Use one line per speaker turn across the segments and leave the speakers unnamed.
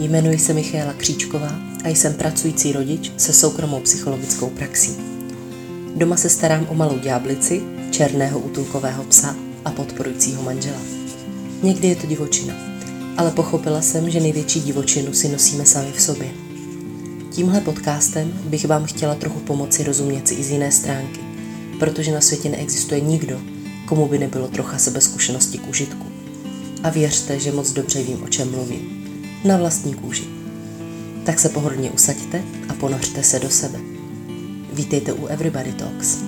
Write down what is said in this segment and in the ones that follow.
Jmenuji se Michaela Kříčková a jsem pracující rodič se soukromou psychologickou praxí. Doma se starám o malou ďáblici, černého útulkového psa a podporujícího manžela. Někdy je to divočina, ale pochopila jsem, že největší divočinu si nosíme sami v sobě. Tímhle podcastem bych vám chtěla trochu pomoci rozumět si i z jiné stránky, protože na světě neexistuje nikdo, komu by nebylo trocha sebezkušenosti k užitku. A věřte, že moc dobře vím, o čem mluvím. Na vlastní kůži. Tak se pohodlně usaďte a ponořte se do sebe. Vítejte u Everybody Talks.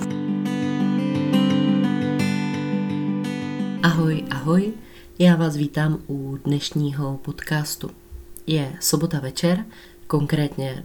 Ahoj, já vás vítám u dnešního podcastu. Je sobota večer, konkrétně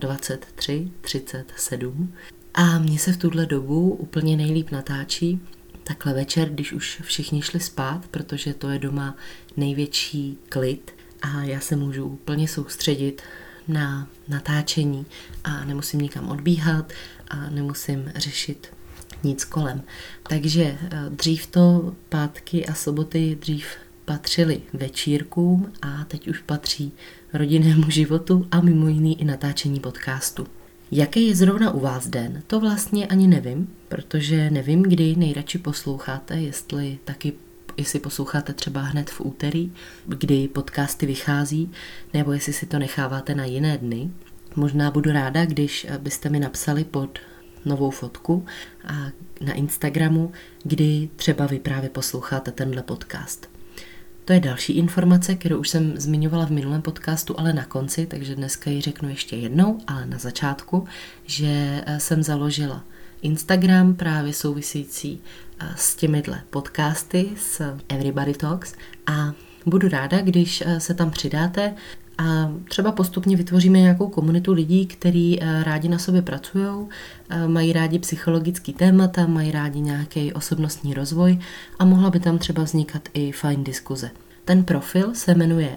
23:37 a mně se v tuhle dobu úplně nejlíp natáčí takhle večer, když už všichni šli spát, protože to je doma největší klid a já se můžu úplně soustředit na natáčení a nemusím nikam odbíhat a nemusím řešit nic kolem. Takže dřív to pátky a soboty dřív patřily večírkům a teď už patří rodinnému životu a mimo jiný i natáčení podcastu. Jaký je zrovna u vás den? To vlastně ani nevím, protože nevím, kdy nejradši posloucháte, jestli posloucháte třeba hned v úterý, kdy podcasty vychází, nebo jestli si to necháváte na jiné dny. Možná budu ráda, když byste mi napsali pod novou fotku a na Instagramu, kdy třeba vy právě posloucháte tenhle podcast. To je další informace, kterou už jsem zmiňovala v minulém podcastu, ale na konci, takže dneska ji řeknu ještě jednou, ale na začátku, že jsem založila Instagram právě související s těmihle podcasty, s Everybody Talks a budu ráda, když se tam přidáte a třeba postupně vytvoříme nějakou komunitu lidí, kteří rádi na sobě pracují, mají rádi psychologický témata, mají rádi nějaký osobnostní rozvoj a mohla by tam třeba vznikat i fajn diskuze. Ten profil se jmenuje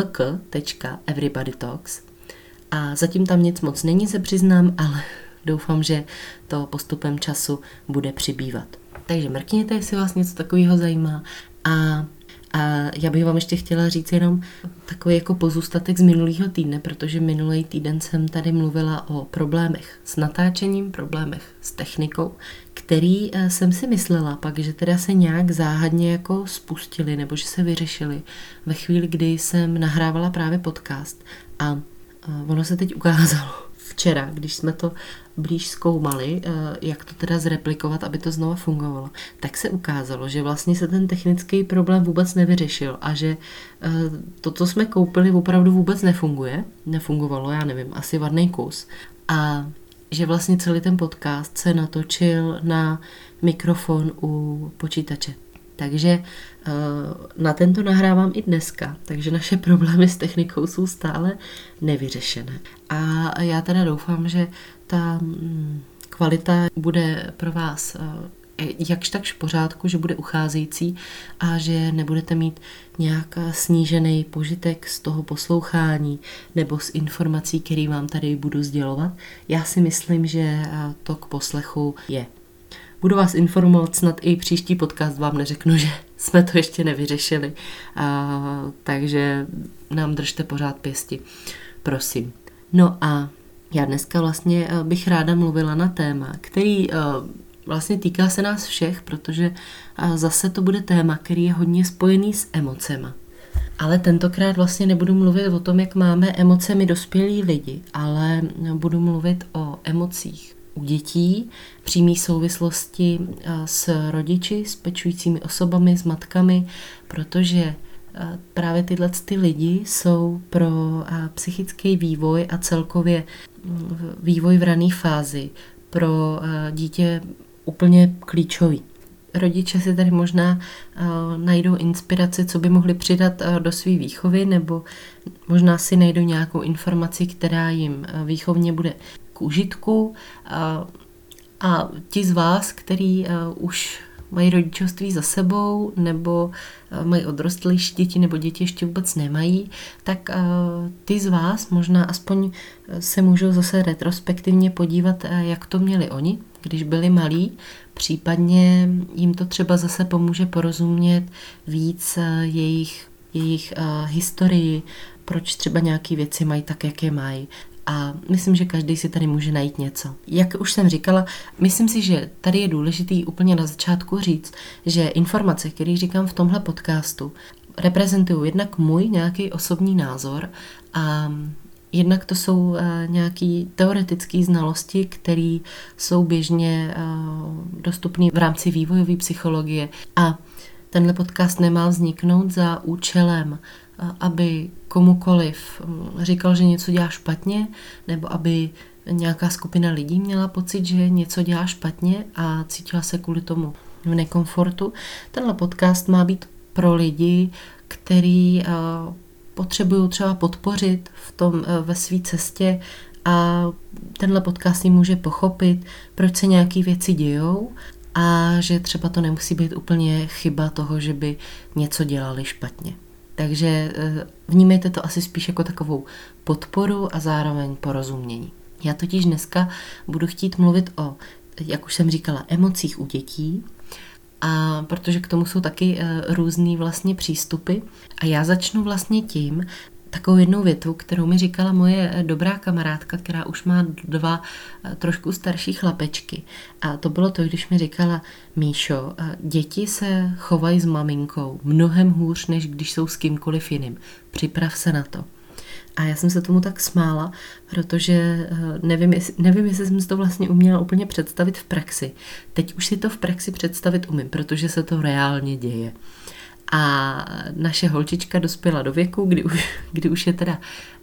mk.everybodytalks a zatím tam nic moc není, se přiznám, ale doufám, že to postupem času bude přibývat. Takže mrkněte, jestli vás něco takového zajímá a já bych vám ještě chtěla říct jenom takový jako pozůstatek z minulého týdne, protože minulý týden jsem tady mluvila o problémech s natáčením, problémech s technikou, který jsem si myslela pak, že teda se nějak záhadně jako spustili nebo že se vyřešili ve chvíli, kdy jsem nahrávala právě podcast a ono se teď ukázalo včera, když jsme to blíž zkoumali, jak to teda zreplikovat, aby to znova fungovalo, tak se ukázalo, že vlastně se ten technický problém vůbec nevyřešil a že to, co jsme koupili, opravdu vůbec nefungovalo, já nevím, asi vadnej kus a že vlastně celý ten podcast se natočil na mikrofon u počítače. Takže na tento nahrávám i dneska, takže naše problémy s technikou jsou stále nevyřešené. A já teda doufám, že ta kvalita bude pro vás jakž takž v pořádku, že bude ucházející a že nebudete mít nějak snížený požitek z toho poslouchání nebo z informací, které vám tady budu sdělovat. Já si myslím, že to k poslechu je. Budu vás informovat, snad i příští podcast vám neřeknu, že jsme to ještě nevyřešili, takže nám držte pořád pěsti, prosím. No a já dneska vlastně bych ráda mluvila na téma, který vlastně týká se nás všech, protože zase to bude téma, který je hodně spojený s emocema. Ale tentokrát vlastně nebudu mluvit o tom, jak máme emoce my dospělí lidi, ale budu mluvit o emocích u dětí, přímé souvislosti s rodiči, s pečujícími osobami, s matkami, protože právě tyhle lidi jsou pro psychický vývoj a celkově vývoj v rané fázi pro dítě úplně klíčový. Rodiče si tady možná najdou inspiraci, co by mohli přidat do své výchovy, nebo možná si najdou nějakou informaci, která jim výchovně bude k užitku. A ti z vás, který už mají rodičovství za sebou, nebo mají odrostlejší děti, nebo děti ještě vůbec nemají, tak ty z vás možná aspoň se můžou zase retrospektivně podívat, jak to měli oni, když byli malí, případně jim to třeba zase pomůže porozumět víc jejich jejich historii, proč třeba nějaké věci mají tak, jak je mají. A myslím, že každý si tady může najít něco. Jak už jsem říkala, myslím si, že tady je důležitý úplně na začátku říct, že informace, které říkám v tomhle podcastu, reprezentují jednak můj nějaký osobní názor a jednak to jsou nějaké teoretické znalosti, které jsou běžně dostupné v rámci vývojové psychologie. A tenhle podcast nemá vzniknout za účelem, aby komukoliv říkal, že něco dělá špatně, nebo aby nějaká skupina lidí měla pocit, že něco dělá špatně a cítila se kvůli tomu v nekomfortu. Tenhle podcast má být pro lidi, který potřebují třeba podpořit ve své cestě a tenhle podcast jim může pochopit, proč se nějaké věci dějou a že třeba to nemusí být úplně chyba toho, že by něco dělali špatně. Takže vnímejte to asi spíš jako takovou podporu a zároveň porozumění. Já totiž dneska budu chtít mluvit o, jak už jsem říkala, emocích u dětí, a protože k tomu jsou taky různý vlastně přístupy. A já začnu vlastně tím, takovou jednou větu, kterou mi říkala moje dobrá kamarádka, která už má 2 trošku starší chlapečky. A to bylo to, když mi říkala: Míšo, děti se chovají s maminkou mnohem hůř, než když jsou s kýmkoliv jiným. Připrav se na to. A já jsem se tomu tak smála, protože nevím, jestli jsem si to vlastně uměla úplně představit v praxi. Teď už si to v praxi představit umím, protože se to reálně děje. A naše holčička dospěla do věku, kdy už je teda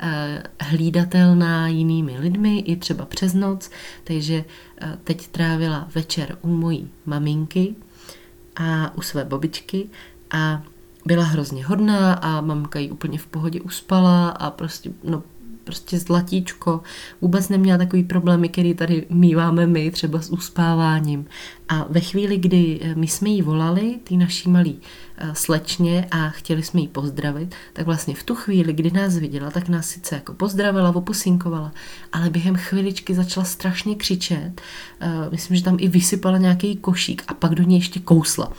hlídatelná jinými lidmi, i třeba přes noc, takže teď trávila večer u mojí maminky a u své babičky a byla hrozně hodná a mamka jí úplně v pohodě uspala a prostě zlatíčko. Vůbec neměla takový problémy, který tady míváme my, třeba s uspáváním. A ve chvíli, kdy my jsme jí volali, ty naší malý slečně, a chtěli jsme jí pozdravit, tak vlastně v tu chvíli, kdy nás viděla, tak nás sice jako pozdravila, opusinkovala, ale během chviličky začala strašně křičet. Myslím, že tam i vysypala nějaký košík a pak do něj ještě kousla.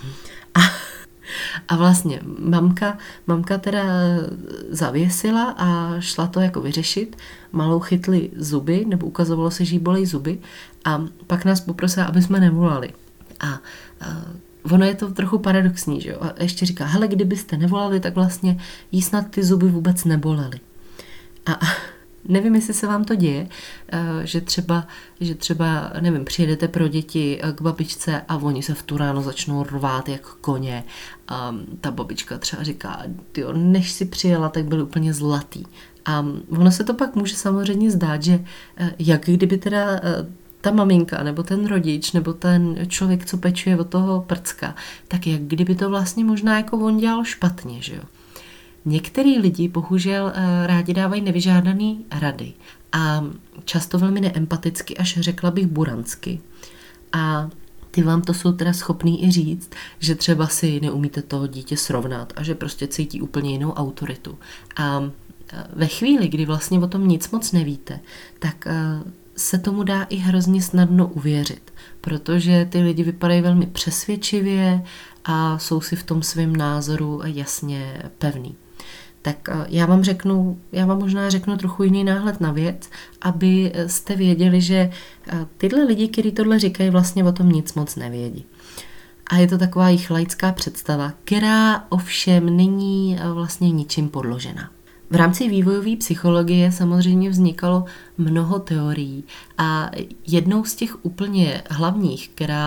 A vlastně mamka teda zavěsila a šla to jako vyřešit. Malou chytli zuby, nebo ukazovalo se, že jí bolej zuby, a pak nás poprosila, aby jsme nevolali. A ono je to trochu paradoxní, že jo? A ještě říká: hele, kdybyste nevolali, tak vlastně jí snad ty zuby vůbec nebolely. A nevím, jestli se vám to děje, že třeba, nevím, přijedete pro děti k babičce a oni se v tu ráno začnou rvát jak koně. A ta babička třeba říká: tyjo, než si přijela, tak byly úplně zlatý. A ono se to pak může samozřejmě zdát, že jak kdyby teda ta maminka, nebo ten rodič, nebo ten člověk, co pečuje od toho prcka, tak jak kdyby to vlastně možná jako on dělal špatně, že jo. Některý lidi bohužel rádi dávají nevyžádané rady a často velmi neempaticky, až řekla bych buransky. A ty vám to jsou teda schopný i říct, že třeba si neumíte toho dítě srovnat a že prostě cítí úplně jinou autoritu. A ve chvíli, kdy vlastně o tom nic moc nevíte, tak se tomu dá i hrozně snadno uvěřit, protože ty lidi vypadají velmi přesvědčivě a jsou si v tom svém názoru jasně pevný. Tak já vám možná řeknu trochu jiný náhled na věc, aby jste věděli, že tyhle lidi, kteří tohle říkají, vlastně o tom nic moc nevědí. A je to taková jejich laická představa, která ovšem není vlastně ničím podložena. V rámci vývojové psychologie samozřejmě vznikalo mnoho teorií a jednou z těch úplně hlavních,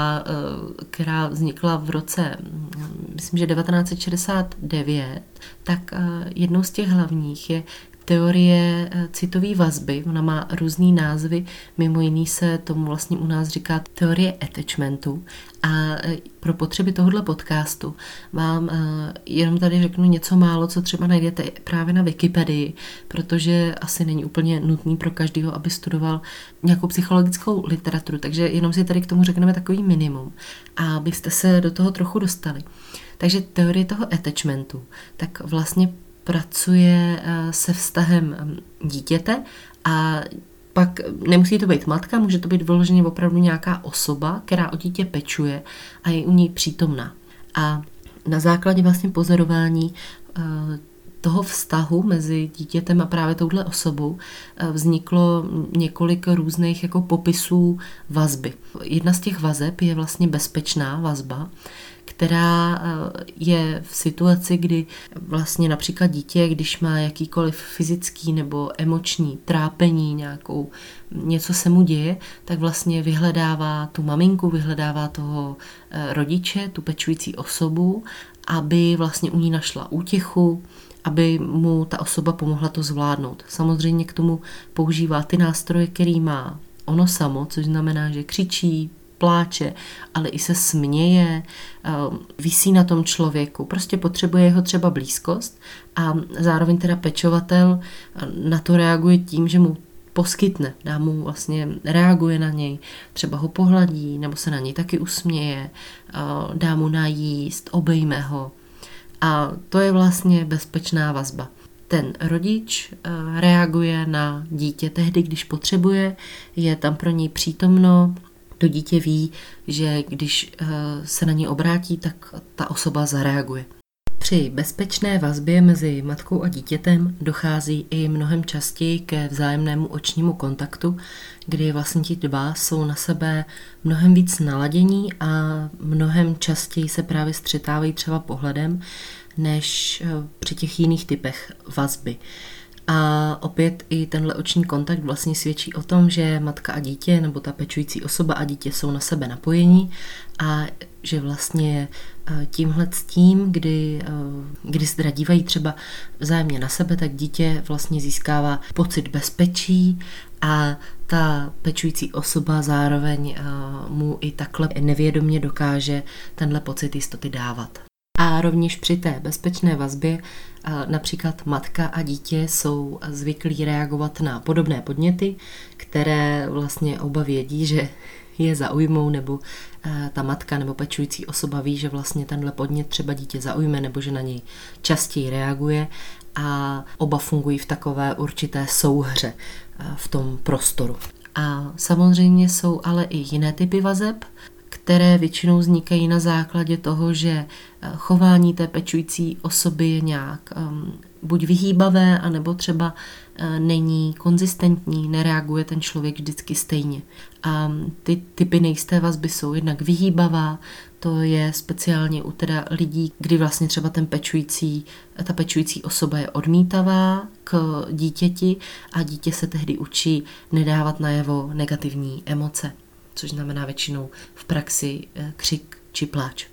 která vznikla v roce, myslím, že 1969, tak jednou z těch hlavních je teorie citové vazby. Ona má různý názvy, mimo jiný se tomu vlastně u nás říká teorie attachmentu. A pro potřeby tohohle podcastu vám jenom tady řeknu něco málo, co třeba najdete právě na Wikipedii, protože asi není úplně nutný pro každého, aby studoval nějakou psychologickou literaturu, takže jenom si tady k tomu řekneme takový minimum, a abyste se do toho trochu dostali. Takže teorie toho attachmentu tak vlastně pracuje se vztahem dítěte a pak nemusí to být matka, může to být vyloženě opravdu nějaká osoba, která o dítě pečuje a je u ní přítomná. A na základě vlastně pozorování toho vztahu mezi dítětem a právě touhle osobou vzniklo několik různých jako popisů vazby. Jedna z těch vazeb je vlastně bezpečná vazba, která je v situaci, kdy vlastně například dítě, když má jakýkoliv fyzický nebo emoční trápení, něco se mu děje, tak vlastně vyhledává tu maminku, vyhledává toho rodiče, tu pečující osobu, aby vlastně u ní našla útěchu, aby mu ta osoba pomohla to zvládnout. Samozřejmě k tomu používá ty nástroje, který má ono samo, což znamená, že křičí, pláče, ale i se směje, visí na tom člověku, prostě potřebuje jeho třeba blízkost a zároveň teda pečovatel na to reaguje tím, že mu poskytne, reaguje na něj, třeba ho pohladí, nebo se na něj taky usměje, dá mu najíst, obejme ho. A to je vlastně bezpečná vazba. Ten rodič reaguje na dítě tehdy, když potřebuje, je tam pro něj přítomno, to dítě ví, že když se na něj obrátí, tak ta osoba zareaguje. Při bezpečné vazbě mezi matkou a dítětem dochází i mnohem častěji ke vzájemnému očnímu kontaktu, kdy vlastně ti dva jsou na sebe mnohem víc naladění a mnohem častěji se právě střetávají třeba pohledem, než při těch jiných typech vazby. A opět i tenhle oční kontakt vlastně svědčí o tom, že matka a dítě nebo ta pečující osoba a dítě jsou na sebe napojení a že vlastně tímhle s tím, kdy se teda dívají třeba vzájemně na sebe, tak dítě vlastně získává pocit bezpečí a ta pečující osoba zároveň mu i takhle nevědomě dokáže tenhle pocit jistoty dávat. A rovněž při té bezpečné vazbě například matka a dítě jsou zvyklí reagovat na podobné podněty, které vlastně oba vědí, že je zaujmou, nebo ta matka nebo pečující osoba ví, že vlastně tenhle podnět třeba dítě zaujme, nebo že na něj častěji reaguje a oba fungují v takové určité souhře v tom prostoru. A samozřejmě jsou ale i jiné typy vazeb, které většinou vznikají na základě toho, že chování té pečující osoby je nějak buď vyhýbavé, anebo třeba není konzistentní, nereaguje ten člověk vždycky stejně. A ty typy nejisté vazby jsou jednak vyhýbavá, to je speciálně u teda lidí, kdy vlastně třeba ta pečující osoba je odmítavá k dítěti a dítě se tehdy učí nedávat najevo negativní emoce, což znamená většinou v praxi křik či pláč.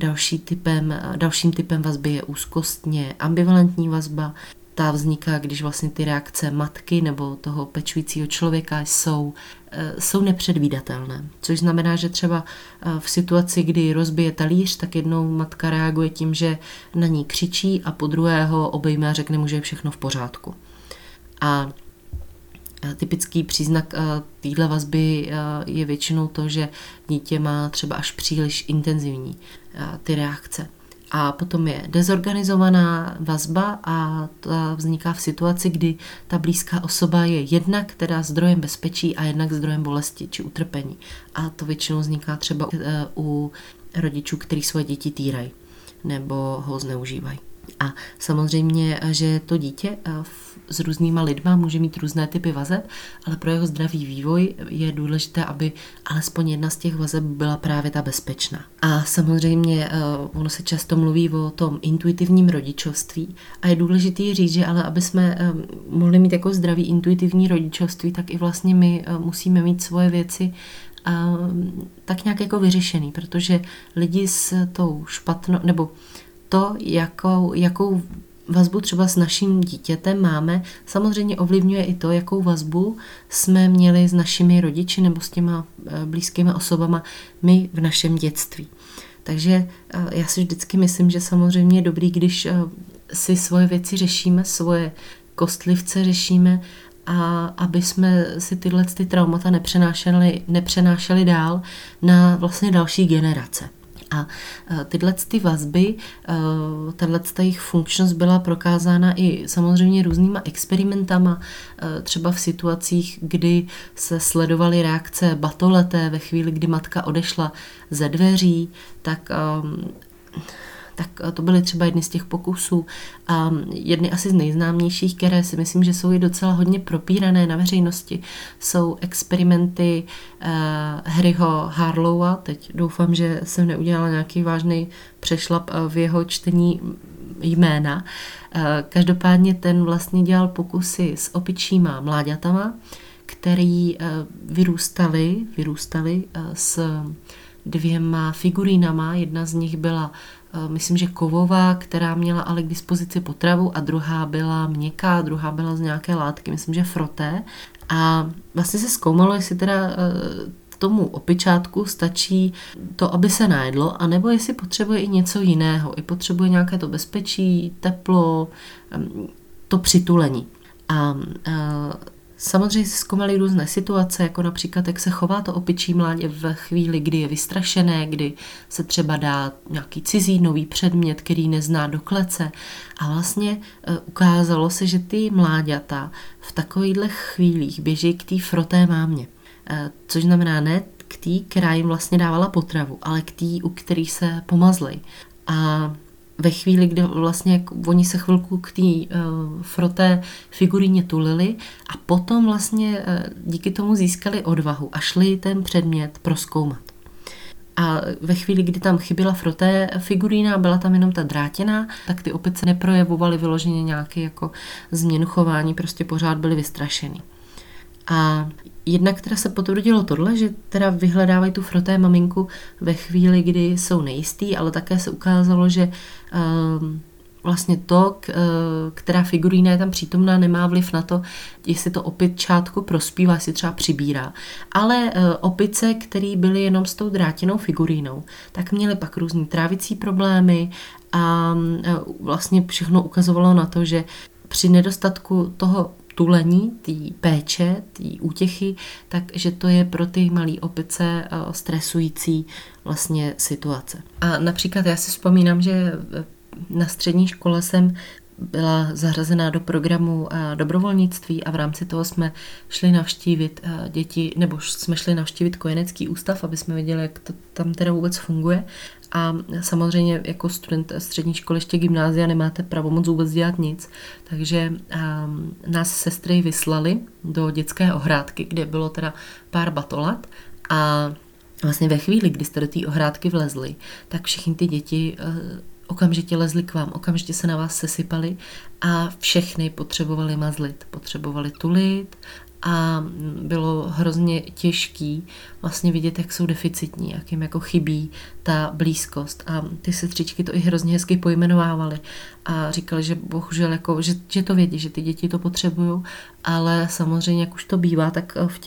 Dalším typem vazby je úzkostně ambivalentní vazba. Ta vzniká, když vlastně ty reakce matky nebo toho pečujícího člověka jsou nepředvídatelné. Což znamená, že třeba v situaci, kdy rozbije talíř, tak jednou matka reaguje tím, že na ní křičí a po druhého obejme a řekne mu, že je všechno v pořádku. A typický příznak téhle vazby je většinou to, že dítě má třeba až příliš intenzivní ty reakce. A potom je dezorganizovaná vazba a ta vzniká v situaci, kdy ta blízká osoba je jednak teda zdrojem bezpečí a jednak zdrojem bolesti či utrpení. A to většinou vzniká třeba u rodičů, kteří svoje děti týrají nebo ho zneužívají. A samozřejmě, že to dítě s různýma lidma může mít různé typy vazeb, ale pro jeho zdravý vývoj je důležité, aby alespoň jedna z těch vazeb byla právě ta bezpečná. A samozřejmě ono se často mluví o tom intuitivním rodičovství a je důležité říct, že ale aby jsme mohli mít jako zdravý intuitivní rodičovství, tak i vlastně my musíme mít svoje věci tak nějak jako vyřešený, protože lidi s tou špatnou, nebo to, jakou vazbu třeba s naším dítětem máme, samozřejmě ovlivňuje i to, jakou vazbu jsme měli s našimi rodiči nebo s těma blízkými osobama my v našem dětství. Takže já si vždycky myslím, že samozřejmě je dobrý, když si svoje věci řešíme, svoje kostlivce řešíme, a aby jsme si tyhle traumata nepřenášeli dál na vlastně další generace. A tyhle vazby, tato jejich funkčnost byla prokázána i samozřejmě různýma experimentama, třeba v situacích, kdy se sledovaly reakce batoleté ve chvíli, kdy matka odešla ze dveří, tak Tak to byly třeba jedny z těch pokusů a jedny asi z nejznámějších, které si myslím, že jsou i docela hodně propírané na veřejnosti, jsou experimenty Harryho Harlowa. Teď doufám, že jsem neudělala nějaký vážný přešlap v jeho čtení jména. Každopádně ten vlastně dělal pokusy s opičíma mláďatama, který vyrůstali s 2 figurínama. Jedna z nich byla, myslím, že kovová, která měla ale k dispozici potravu a druhá byla měkká, druhá byla z nějaké látky, myslím, že froté. A vlastně se zkoumalo, jestli teda tomu opičátku stačí to, aby se najedlo, anebo jestli potřebuje i něco jiného. I potřebuje nějaké to bezpečí, teplo, to přitulení. A samozřejmě se zkoumaly různé situace, jako například, jak se chová to opičí mládě v chvíli, kdy je vystrašené, kdy se třeba dá nějaký cizí nový předmět, který nezná, do klece. A vlastně ukázalo se, že ty mláďata v takovýchhle chvílích běží k té froté mámě. Což znamená ne k té, která jim vlastně dávala potravu, ale k té, u kterých se pomazlej. A ve chvíli, kdy vlastně oni se chvilku k té froté figuríně tulili a potom vlastně díky tomu získali odvahu a šli ten předmět prozkoumat. A ve chvíli, kdy tam chyběla froté figurína, byla tam jenom ta drátěná, tak ty opice neprojevovaly vyloženě nějaký jako změnu chování, prostě pořád byly vystrašený. A jednak teda se potvrdilo tohle, že teda vyhledávají tu froté maminku ve chvíli, kdy jsou nejistý, ale také se ukázalo, že vlastně to, která figurína je tam přítomná, nemá vliv na to, jestli to opičátko prospívá, jestli třeba přibírá. Ale opice, které byly jenom s tou drátěnou figurínou, tak měly pak různý trávicí problémy a vlastně všechno ukazovalo na to, že při nedostatku toho tulení, té péče, té útěchy, takže to je pro ty malé opice stresující vlastně situace. A například já si vzpomínám, že na střední škole jsem byla zařazená do programu dobrovolnictví a v rámci toho jsme šli navštívit děti, nebo jsme šli navštívit kojenecký ústav, aby jsme viděli, jak to tam teda vůbec funguje. A samozřejmě jako student střední školy, ještě gymnázia, nemáte pravomoc vůbec dělat nic, takže nás sestry vyslali do dětské ohrádky, kde bylo teda pár batolat a vlastně ve chvíli, kdy jste do té ohrádky vlezli, tak všechny ty děti okamžitě lezli k vám, okamžitě se na vás sesypali a všechny potřebovali mazlit, potřebovali tulit a bylo hrozně těžký vlastně vidět, jak jsou deficitní, jak jim jako chybí ta blízkost. A ty sestřičky to i hrozně hezky pojmenovávaly a říkali, že bohužel jako, že to vědí, že ty děti to potřebují, ale samozřejmě, jak už to bývá, tak v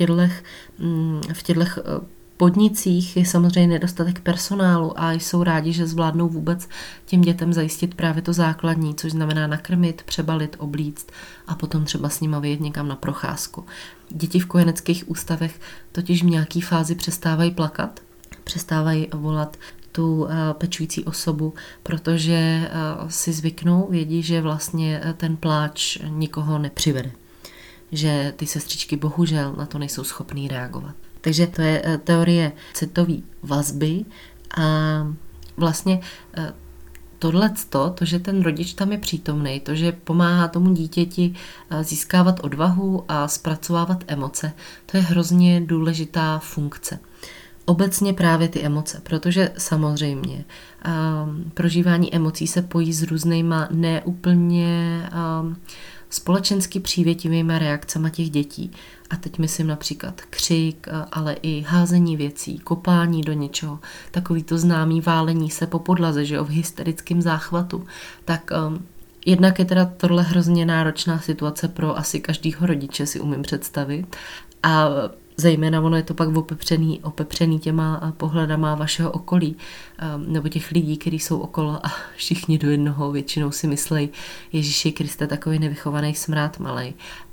těchto podnicích je samozřejmě nedostatek personálu a jsou rádi, že zvládnou vůbec těm dětem zajistit právě to základní, což znamená nakrmit, přebalit, oblíct a potom třeba s nima vyjet někam na procházku. Děti v kojeneckých ústavech totiž v nějaké fázi přestávají plakat, přestávají volat tu pečující osobu, protože si zvyknou, vědí, že vlastně ten pláč nikoho nepřivede. Že ty sestřičky bohužel na to nejsou schopný reagovat. Takže to je teorie citové vazby a vlastně tohleto, to, že ten rodič tam je přítomný, to, že pomáhá tomu dítěti získávat odvahu a zpracovávat emoce, to je hrozně důležitá funkce. Obecně právě ty emoce, protože samozřejmě prožívání emocí se pojí s různýma neúplně společensky přívětivými reakcemi těch dětí. A teď myslím například křik, ale i házení věcí, kopání do něčeho, takový to známý válení se po podlaze, že jo, v hysterickém záchvatu. Tak jednak je teda tohle hrozně náročná situace pro asi každýho rodiče, si umím představit. A zejména ono je to pak opepřený těma pohledama vašeho okolí, nebo těch lidí, kteří jsou okolo a všichni do jednoho většinou si myslejí, Ježíši Kriste, takový nevychovaný smrad malej.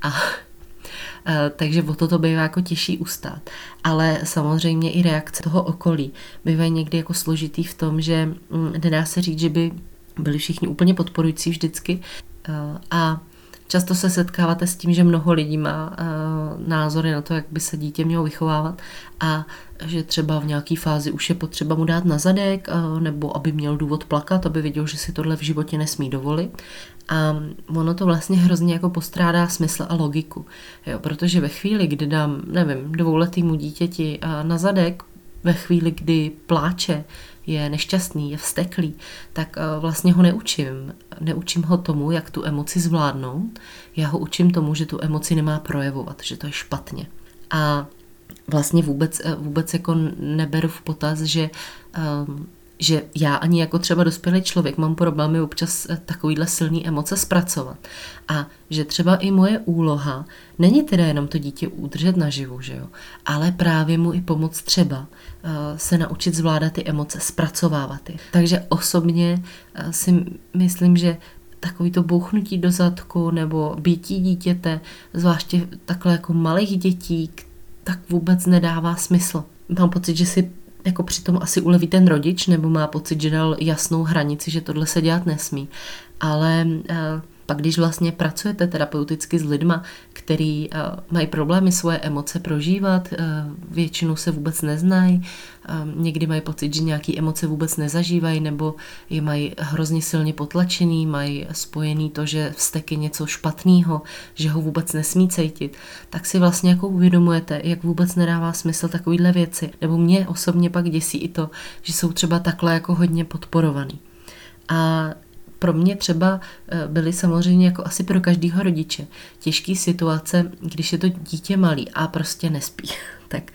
Takže o to bývá jako těžší ustát. Ale samozřejmě i reakce toho okolí bývají někdy jako složitý v tom, že nedá se říct, že by byli všichni úplně podporující vždycky a často se setkáváte s tím, že mnoho lidí má názory na to, jak by se dítě mělo vychovávat a že třeba v nějaké fázi už je potřeba mu dát na zadek nebo aby měl důvod plakat, aby věděl, že si tohle v životě nesmí dovolit. A ono to vlastně hrozně jako postrádá smysl a logiku, jo, protože ve chvíli, kdy dám, nevím, 2letýmu dítěti na zadek, ve chvíli, kdy pláče, je nešťastný, je vzteklý, tak vlastně ho neučím. Neučím ho tomu, jak tu emoci zvládnout. Já ho učím tomu, že tu emoci nemá projevovat, že to je špatně. A vlastně vůbec jako neberu v potaz, že já ani jako třeba dospělý člověk mám problémy občas takovýhle silný emoce zpracovat. A že třeba i moje úloha není teda jenom to dítě udržet naživu, že jo, ale právě mu i pomoct třeba se naučit zvládat ty emoce, zpracovávat je. Takže osobně si myslím, že takový to bouchnutí do zadku nebo býtí dítěte, zvláště takhle jako malých dětí, tak vůbec nedává smysl. Mám pocit, že si jako přitom asi uleví ten rodič, nebo má pocit, že dal jasnou hranici, že tohle se dělat nesmí. Ale pak když vlastně pracujete terapeuticky s lidma, který mají problémy svoje emoce prožívat, většinou se vůbec neznají, někdy mají pocit, že nějaké emoce vůbec nezažívají, nebo je mají hrozně silně potlačený, mají spojený to, že vztek je něco špatného, že ho vůbec nesmí cítit, tak si vlastně jako uvědomujete, jak vůbec nedává smysl takovýhle věci. Nebo mě osobně pak děsí i to, že jsou třeba takhle jako hodně podporovaný. A pro mě třeba byly samozřejmě jako asi pro každého rodiče těžké situace, když je to dítě malý a prostě nespí. Tak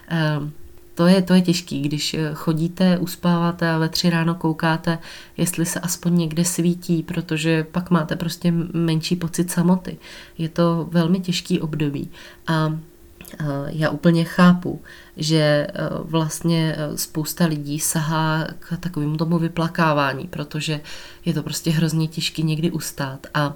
to je těžký, když chodíte, uspáváte a ve 3 ráno koukáte, jestli se aspoň někde svítí, protože pak máte prostě menší pocit samoty. Je to velmi těžký období a já úplně chápu, že vlastně spousta lidí sahá k takovému tomu vyplakávání, protože je to prostě hrozně těžké někdy ustát a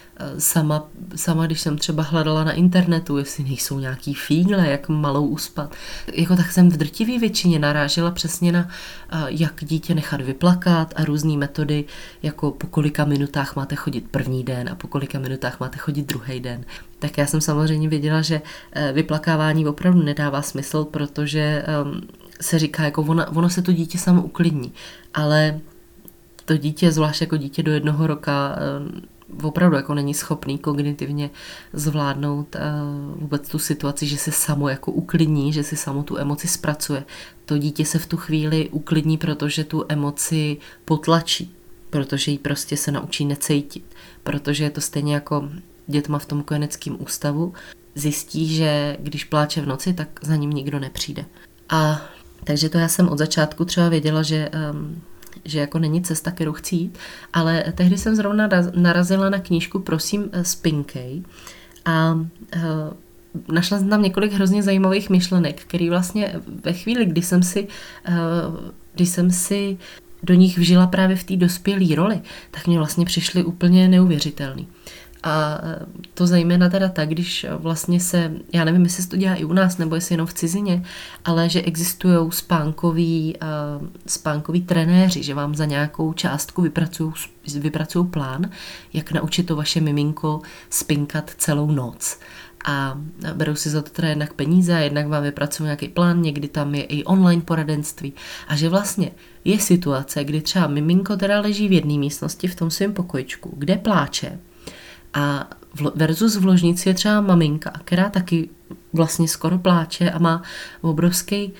sama, když jsem třeba hledala na internetu, jestli nejsou nějaký fígle, jak malou uspat, jako tak jsem v drtivé většině narážela přesně na jak dítě nechat vyplakat a různé metody, jako po kolika minutách máte chodit první den a po kolika minutách máte chodit druhý den. Tak já jsem samozřejmě věděla, že vyplakávání opravdu nedává smysl, protože se říká, jako ono se to dítě samo uklidní, ale to dítě, zvlášť jako dítě do 1 roka, opravdu jako není schopný kognitivně zvládnout vůbec tu situaci, že se samo jako uklidní, že si samo tu emoci zpracuje. To dítě se v tu chvíli uklidní, protože tu emoci potlačí, protože ji prostě se naučí necítit, protože je to stejně jako dětma v tom kojeneckém ústavu, zjistí, že když pláče v noci, tak za ním nikdo nepřijde. A takže to já jsem od začátku třeba věděla, že jako není cesta, kterou chci jít, ale tehdy jsem zrovna narazila na knížku Prosím, spinkej a našla jsem tam několik hrozně zajímavých myšlenek, které vlastně ve chvíli, kdy jsem si do nich vžila právě v té dospělé roli, tak mě vlastně přišly úplně neuvěřitelný. A to zejména teda tak, když vlastně já nevím, jestli se to dělá i u nás, nebo jestli jenom v cizině, ale že existují spánkoví trenéři, že vám za nějakou částku vypracují plán, jak naučit to vaše miminko spinkat celou noc. A berou si za to teda jednak peníze, jednak vám vypracují nějaký plán, někdy tam je i online poradenství. A že vlastně je situace, kdy třeba miminko teda leží v jedné místnosti v tom svém pokojičku, kde pláče, a versus v ložnici je třeba maminka, která taky vlastně skoro pláče a má obrovský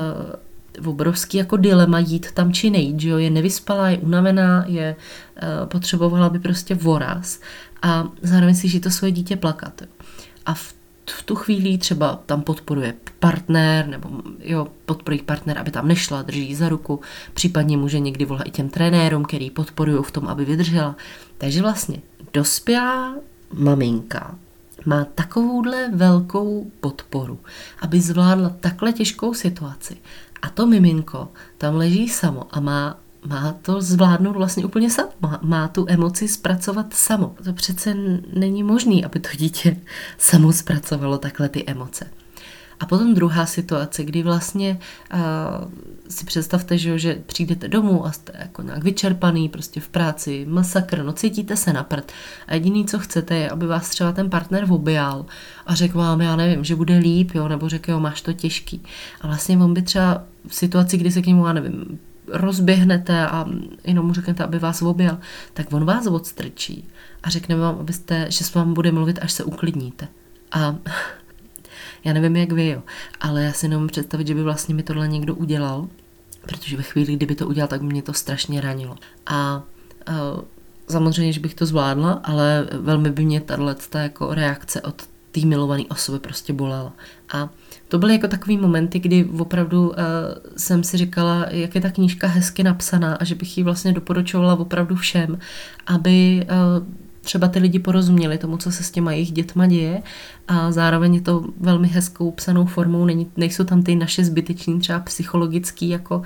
jako dilema jít tam či nejít, že jo, je nevyspalá, je unavená, potřebovala by prostě voraz a zároveň si to svoje dítě plakat. A v tu chvíli třeba tam podporuje partner, nebo podporí partner, aby tam nešla, drží ji za ruku, případně může někdy volat i těm trenérům, který podporují v tom, aby vydržela. Takže vlastně dospělá maminka má takovouhle velkou podporu, aby zvládla takhle těžkou situaci. A to miminko tam leží samo a má to zvládnout vlastně úplně samo. Má tu emoci zpracovat samo. To přece není možné, aby to dítě samo zpracovalo takhle ty emoce. A potom druhá situace, kdy vlastně si představte, že přijdete domů a jste jako nějak vyčerpaný, prostě v práci, masakr, no cítíte se na prd. A jediný, co chcete, je, aby vás třeba ten partner objal a řekl vám, já nevím, že bude líp, jo, nebo řekl, jo, máš to těžký. A vlastně on by třeba v situaci, kdy se k němu, já nevím, rozběhnete a jenom mu řeknete, aby vás objal, tak on vás odstrčí a řekne vám, že s vámi bude mluvit, až se uklidníte. A já nevím, jak vy, jo, ale já si nemůžu představit, že by vlastně mi tohle někdo udělal, protože ve chvíli, kdyby to udělal, tak by mě to strašně ranilo. A samozřejmě, že bych to zvládla, ale velmi by mě tato jako reakce od té milované osoby prostě bolela. A to byly jako takový momenty, kdy opravdu jsem si říkala, jak je ta knížka hezky napsaná a že bych ji vlastně doporučovala opravdu všem, aby třeba ty lidi porozuměli tomu, co se s těma jejich dětma děje a zároveň je to velmi hezkou psanou formou, nejsou tam ty naše zbyteční třeba psychologický jako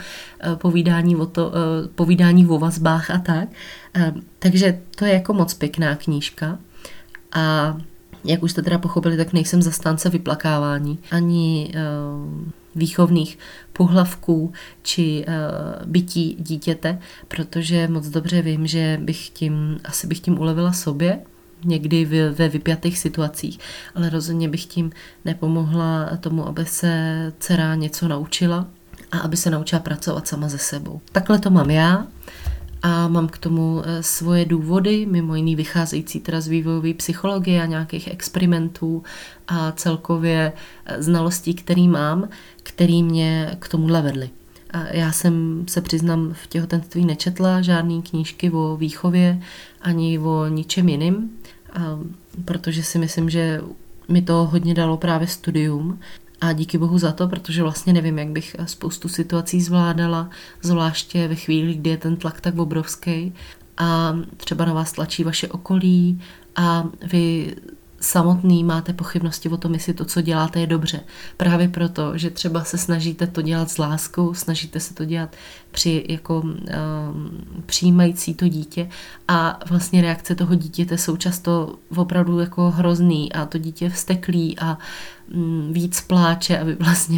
povídání o vazbách a tak. Takže to je jako moc pěkná knížka a jak už jste teda pochopili, tak nejsem zastánce vyplakávání ani výchovných pohlavků či bytí dítěte, protože moc dobře vím, že bych tím ulevila sobě, někdy ve vypjatých situacích, ale rozhodně bych tím nepomohla tomu, aby se dcera něco naučila a aby se naučila pracovat sama se sebou. Takhle to mám já. A mám k tomu svoje důvody, mimo jiný vycházející teda z vývojové psychologie a nějakých experimentů a celkově znalostí, který mám, který mě k tomuhle vedly. A já jsem se přiznám v těhotenství nečetla žádný knížky o výchově ani o ničem jiným, protože si myslím, že mi to hodně dalo právě studium. A díky bohu za to, protože vlastně nevím, jak bych spoustu situací zvládala, zvláště ve chvíli, kdy je ten tlak tak obrovský a třeba na vás tlačí vaše okolí a vy samotný máte pochybnosti o tom, jestli to, co děláte, je dobře. Právě proto, že třeba se snažíte to dělat s láskou, snažíte se to dělat přijímající to dítě a vlastně reakce toho dítěte jsou často opravdu jako hrozný a to dítě vzteklý a víc pláče a vy vlastně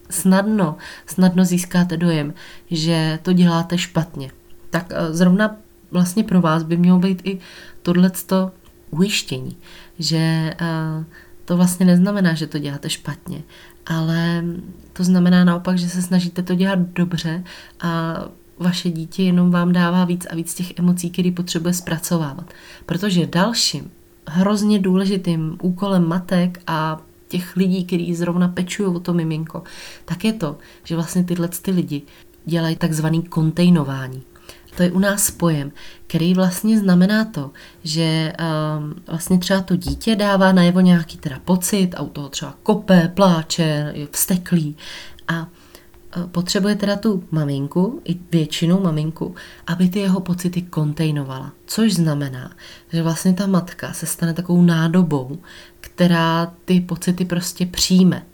snadno získáte dojem, že to děláte špatně. Tak zrovna vlastně pro vás by mělo být i tohleto ujištění, že to vlastně neznamená, že to děláte špatně, ale to znamená naopak, že se snažíte to dělat dobře a vaše dítě jenom vám dává víc a víc těch emocí, které potřebuje zpracovávat. Protože dalším hrozně důležitým úkolem matek a těch lidí, kteří zrovna pečují o to miminko, tak je to, že vlastně tyhle lidi dělají takzvaný kontejnování. To je u nás pojem, který vlastně znamená to, že vlastně třeba to dítě dává najevo nějaký teda pocit a u toho třeba kope, pláče, je vzteklý a potřebuje teda tu maminku, i většinou maminku, aby ty jeho pocity kontejnovala. Což znamená, že vlastně ta matka se stane takovou nádobou, která ty pocity prostě přijme.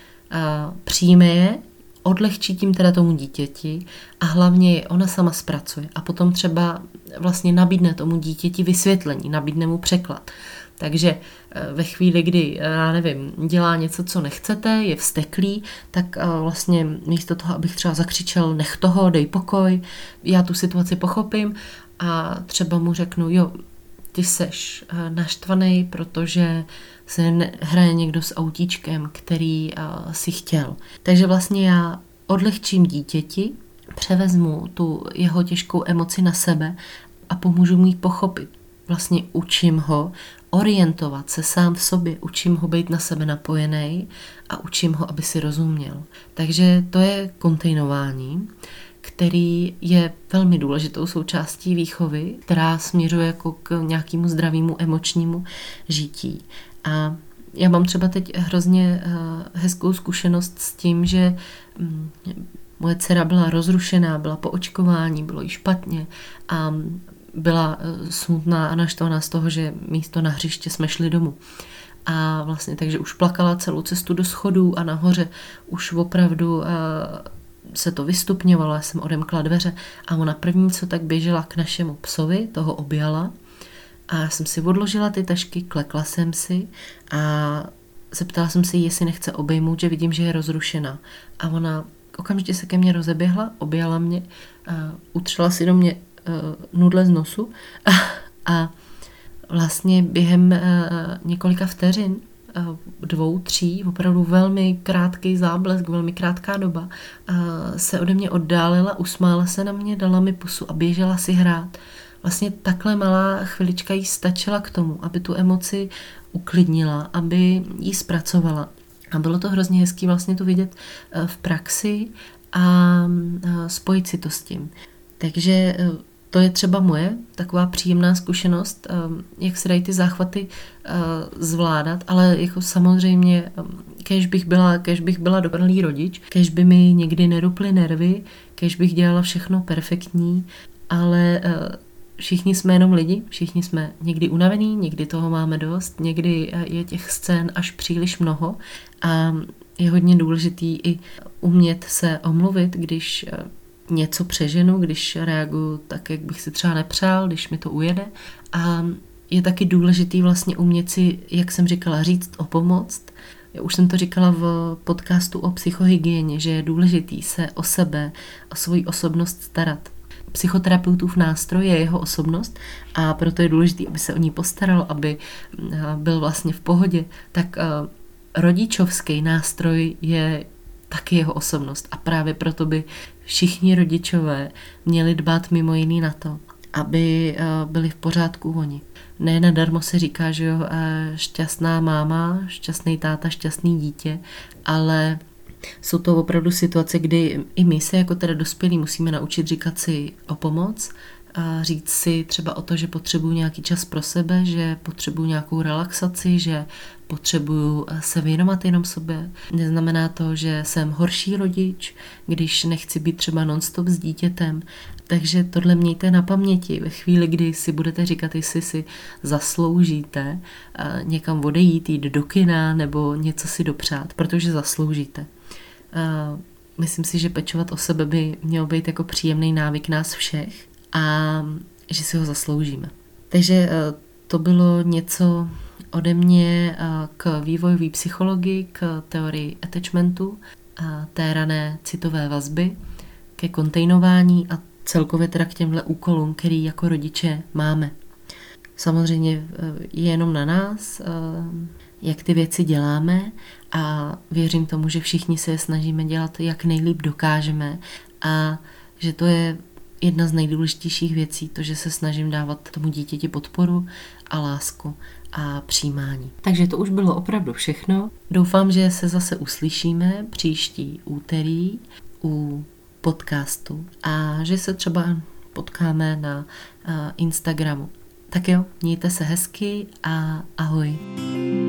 Přijme je, odlehčí tím teda tomu dítěti a hlavně je ona sama zpracuje a potom třeba vlastně nabídne tomu dítěti vysvětlení, nabídne mu překlad. Takže ve chvíli, kdy, já nevím, dělá něco, co nechcete, je vzteklý, tak vlastně místo toho, abych třeba zakřičel, nech toho, dej pokoj, já tu situaci pochopím a třeba mu řeknu, jo, ty seš naštvanej, protože se hraje někdo s autíčkem, který si chtěl. Takže vlastně já odlehčím dítěti, převezmu tu jeho těžkou emoci na sebe a pomůžu mu ji pochopit. Vlastně učím ho orientovat se sám v sobě, učím ho být na sebe napojený a učím ho, aby si rozuměl. Takže to je kontejnování, který je velmi důležitou součástí výchovy, která směřuje jako k nějakému zdravému emočnímu žití. A já mám třeba teď hrozně hezkou zkušenost s tím, že moje dcera byla rozrušená, byla po očkování, bylo jí špatně a byla smutná a naštvaná z toho, že místo na hřiště jsme šli domů. A vlastně takže už plakala celou cestu do schodů a nahoře už opravdu se to vystupňovalo, já jsem odemkla dveře a ona první, co tak běžela k našemu psovi, toho objala a já jsem si odložila ty tašky, klekla jsem si a zeptala jsem se jí, jestli nechce obejmout, že vidím, že je rozrušená. A ona okamžitě se ke mně rozeběhla, objala mě, utřela si do mě nudle z nosu a vlastně během několika vteřin, 2, 3, opravdu velmi krátký záblesk, velmi krátká doba, se ode mě oddálila, usmála se na mě, dala mi pusu a běžela si hrát. Vlastně takhle malá chvilička jí stačila k tomu, aby tu emoci uklidnila, aby ji zpracovala. A bylo to hrozně hezký vlastně to vidět v praxi a spojit si to s tím. Takže to je třeba moje taková příjemná zkušenost, jak se dají ty záchvaty zvládat, ale jako samozřejmě, kéž bych byla dobrý rodič, kéž by mi někdy neruply nervy, kéž bych dělala všechno perfektní, ale všichni jsme jenom lidi, všichni jsme někdy unavení, někdy toho máme dost, někdy je těch scén až příliš mnoho a je hodně důležitý i umět se omluvit, když něco přeženu, když reaguju tak, jak bych si třeba nepřál, když mi to ujede. A je taky důležitý vlastně umět si, jak jsem říkala, říct o pomoc. Já už jsem to říkala v podcastu o psychohygieně, že je důležitý se o sebe, o svoji osobnost starat. Psychoterapeutův nástroj je jeho osobnost a proto je důležité, aby se o ní postaral, aby byl vlastně v pohodě. Tak rodičovský nástroj je taky jeho osobnost a právě proto by všichni rodičové měli dbát mimo jiný na to, aby byli v pořádku oni. Ne nadarmo se říká, že jo, šťastná máma, šťastný táta, šťastný dítě, ale jsou to opravdu situace, kdy i my se jako teda dospělí musíme naučit říkat si o pomoc a říct si třeba o to, že potřebuju nějaký čas pro sebe, že potřebuju nějakou relaxaci, že potřebuju se věnovat jenom sobě. Neznamená to, že jsem horší rodič, když nechci být třeba non-stop s dítětem. Takže tohle mějte na paměti ve chvíli, kdy si budete říkat, jestli si zasloužíte někam odejít, jít do kina nebo něco si dopřát, protože zasloužíte. Myslím si, že pečovat o sebe by měl být jako příjemný návyk nás všech a že si ho zasloužíme. Takže to bylo něco ode mě k vývojové psychologii, k teorii attachmentu, té rané citové vazby, ke kontejnování a celkově teda k těmhle úkolům, který jako rodiče máme. Samozřejmě je jenom na nás, jak ty věci děláme a věřím tomu, že všichni se je snažíme dělat, jak nejlíp dokážeme a že to je jedna z nejdůležitějších věcí, to, že se snažím dávat tomu dítěti podporu a lásku a přijímání. Takže to už bylo opravdu všechno. Doufám, že se zase uslyšíme příští úterý u podcastu a že se třeba potkáme na Instagramu. Tak jo, mějte se hezky a ahoj.